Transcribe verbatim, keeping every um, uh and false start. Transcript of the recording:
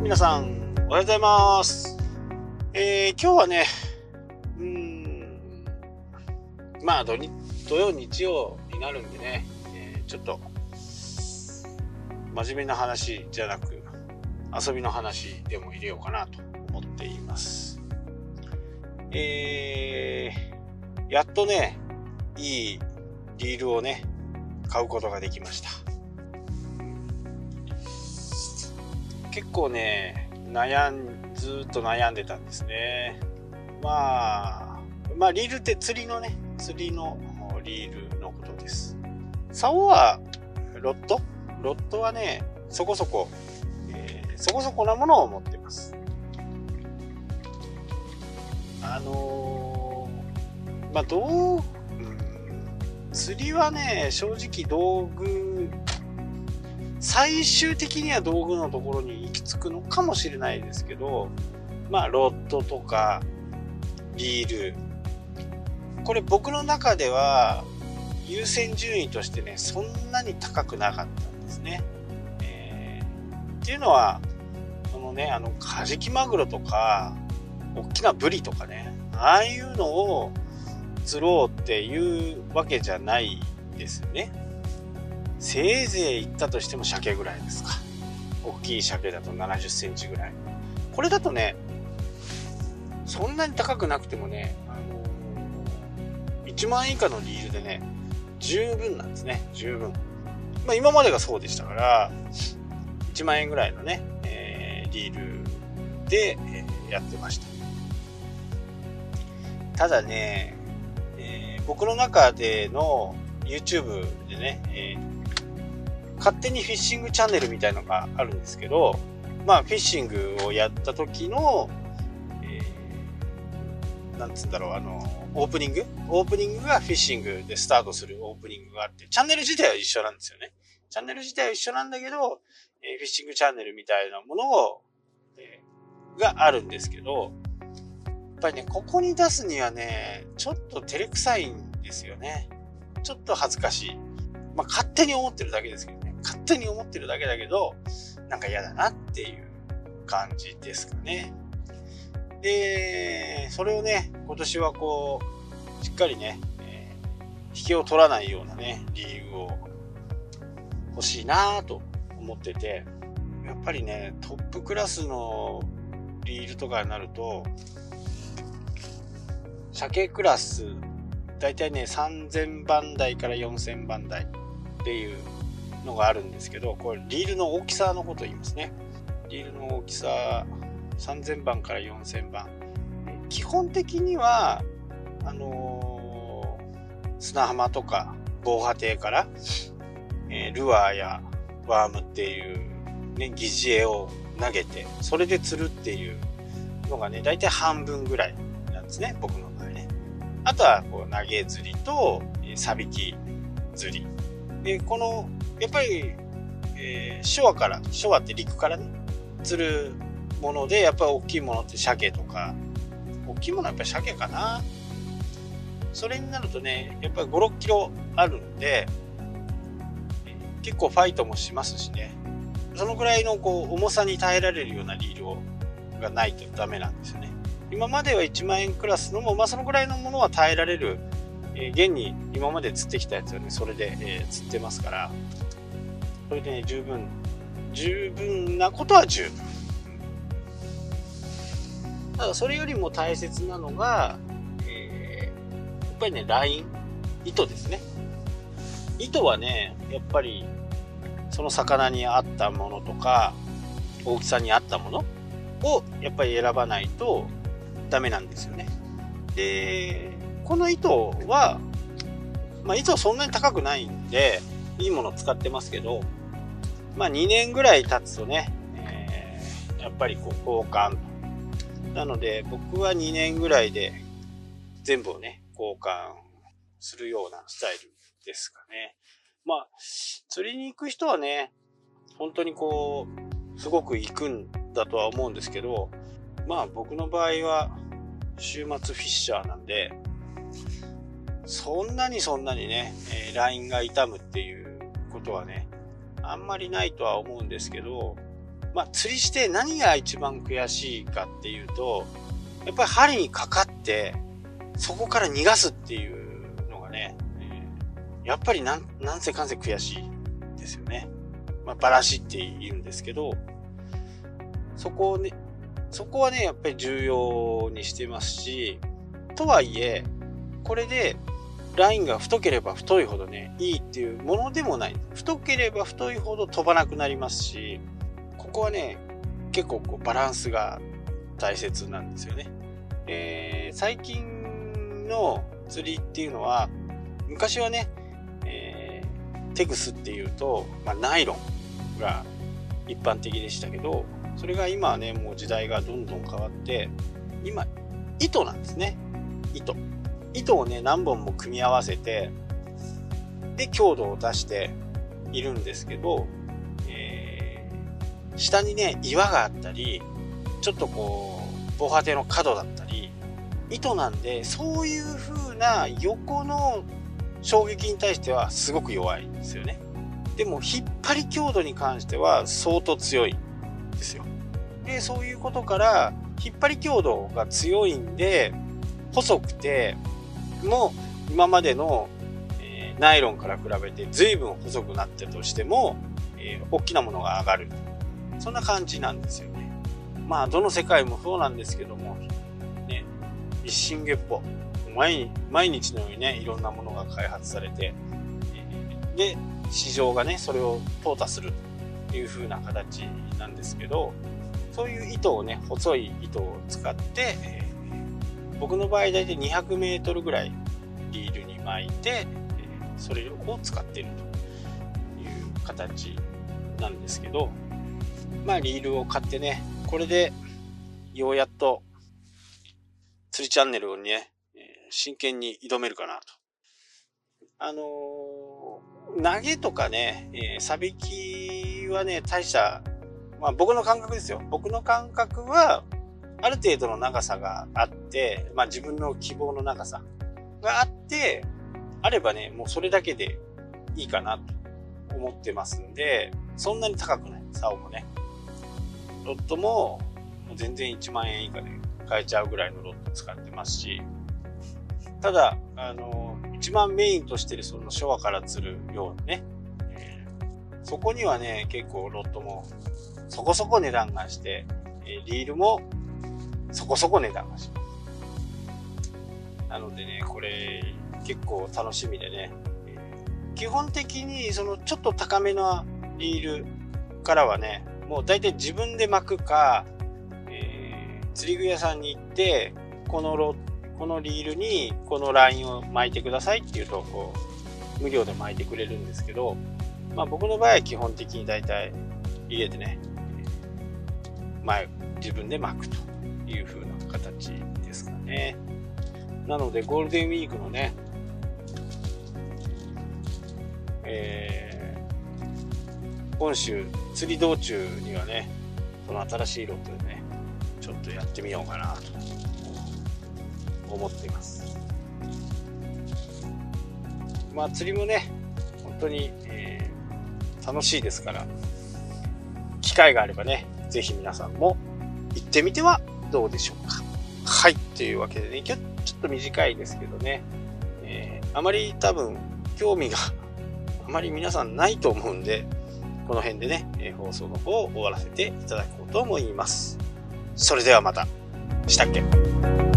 皆さんおはようございます。えー、今日はねうーんまあ土日土曜日曜になるんでね、えー、ちょっと真面目な話じゃなく遊びの話でも入れようかなと思っています。えー、やっとねいいリールをね買うことができました。結構ね悩んずっと悩んでたんですね。まあまあリールって釣りのね釣りのリールのことです。竿はロッドロッドはねそこそこ、えー、そこそこなものを持ってます。あのー、まあどう、うん、釣りはね正直道具最終的には道具のところに行き着くのかもしれないですけど、まあロッドとかリール、これ僕の中では優先順位としてねそんなに高くなかったんですね。えー、っていうのはそのねあのカジキマグロとか大きなブリとかねああいうのを釣ろうっていうわけじゃないですよね。せいぜい行ったとしても鮭ぐらいですか。大きい鮭だとななじゅっセンチぐらい。これだとねそんなに高くなくてもね、あのー、いちまんえん以下のリールでね十分なんですね。十分。まあ今までがそうでしたからいちまんえんぐらいのね、えー、リールで、えー、やってました。ただね、えー、僕の中での YouTube でね、えー勝手にフィッシングチャンネルみたいのがあるんですけど、まあフィッシングをやった時の、えー、なんつうんだろう、あのオープニングオープニングがフィッシングでスタートするオープニングがあって、チャンネル自体は一緒なんですよね。チャンネル自体は一緒なんだけど、えー、フィッシングチャンネルみたいなものを、えー、があるんですけど、やっぱりねここに出すにはねちょっと照れくさいんですよね。ちょっと恥ずかしい。まあ勝手に思ってるだけですけどね。勝手に思ってるだけだけどなんか嫌だなっていう感じですかね。でそれをね今年はこうしっかりね、えー、引けを取らないようなね理由を欲しいなと思ってて、やっぱりねトップクラスのリールとかになると鮭クラスだいたいねさんぜんばん台からよんせんばん台っていうのがあるんですけど、これリールの大きさのことを言いますね。リールの大きささんぜんばんからよんせんばん、基本的にはあのー、砂浜とか防波堤から、えー、ルアーやワームっていうね疑似餌を投げてそれで釣るっていうのがねだいたい半分ぐらいなんですね、僕の場合ね。あとはこう投げ釣りとサビキ釣りで、このやっぱり、えー、ショアからショアって陸からね釣るもので、やっぱり大きいものって鮭とか、大きいものはやっぱり鮭かな。それになるとねやっぱりごろっキロあるんで、えー、結構ファイトもしますしね、そのぐらいのこう重さに耐えられるようなリールをがないとダメなんですよね。今まではいちまんえんクラスのも、まあ、そのぐらいのものは耐えられる、えー、現に今まで釣ってきたやつはねそれで、えー、釣ってますから、それでね十分十分なことは十分。ただそれよりも大切なのが、えー、やっぱりねライン糸ですね。糸はねやっぱりその魚に合ったものとか大きさに合ったものをやっぱり選ばないとダメなんですよね。でこの糸はまあ糸はそんなに高くないんでいいものを使ってますけど、まあにねんぐらい経つとね、えー、やっぱりこう交換なので、僕はにねんぐらいで全部をね交換するようなスタイルですかね。まあ釣りに行く人はね本当にこうすごく行くんだとは思うんですけど、まあ僕の場合は週末フィッシャーなんでそんなにそんなにね、えー、ラインが傷むっていうことはねあんまりないとは思うんですけど、 まあ釣りして何が一番悔しいかっていうと、やっぱり針にかかってそこから逃がすっていうのがね、えー、やっぱりなんなんせかんせ悔しいですよね。まあバラシって言うんですけど、そこをねそこはねやっぱり重要にしてますし、とはいえこれでラインが太ければ太いほどねいいっていうものでもない。太ければ太いほど飛ばなくなりますし、ここはね結構こうバランスが大切なんですよね。えー、最近の釣りっていうのは、昔はね、えー、テグスっていうと、まあ、ナイロンが一般的でしたけど、それが今はねもう時代がどんどん変わって、今糸なんですね。糸糸をね何本も組み合わせてで強度を出しているんですけど、えー、下にね岩があったり、ちょっとこう防波堤の角だったり、糸なんでそういう風な横の衝撃に対してはすごく弱いんですよね。でも引っ張り強度に関しては相当強いんですよ。でそういうことから引っ張り強度が強いんで、細くても今までの、えー、ナイロンから比べて随分細くなってるとしても、えー、大きなものが上がる、そんな感じなんですよね。まあどの世界もそうなんですけどもね、一進月歩、毎, 毎日のようにねいろんなものが開発されて、えー、で市場がねそれを淘汰するという風な形なんですけど、そういう糸をね細い糸を使って、えー、僕の場合だいたいにひゃくメートルぐらいリールに巻いて、えー、それを使っているという形なんですけど、まあリールを買ってね、これでようやっと釣りチャンネルをね真剣に挑めるかなと。あのー、投げとかね、えー、サビキはね大した、まあ僕の感覚ですよ。僕の感覚はある程度の長さがあって、まあ自分の希望の長さがあってあればね、もうそれだけでいいかなと思ってますんで、そんなに高くない。竿もね、ロッドも全然いちまんえん以下で買えちゃうぐらいのロッド使ってますし、ただあの一番メインとしてるその昭和から釣るようなね、えー、そこにはね結構ロッドもそこそこ値段がして、えー、リールもそこそこ値段がします。なのでねこれ結構楽しみでね、えー、基本的にそのちょっと高めのリールからはね、もう大体自分で巻くか、えー、釣り具屋さんに行ってこのロこのリールにこのラインを巻いてくださいっていうとこう無料で巻いてくれるんですけど、まあ僕の場合は基本的に大体家でね、前自分で巻くという風な形ですかね。なのでゴールデンウィークのね、えー、今週釣り道中にはねこの新しいロッドでねちょっとやってみようかなと思っています。まあ釣りもね本当に、えー、楽しいですから、機会があればねぜひ皆さんも行ってみてはどうでしょうか。はい、というわけでね今日ちょっと短いですけどね、えー、あまり多分興味があまり皆さんないと思うんで、この辺でね、えー、放送の方を終わらせていただこうと思います。それではまた。したっけ？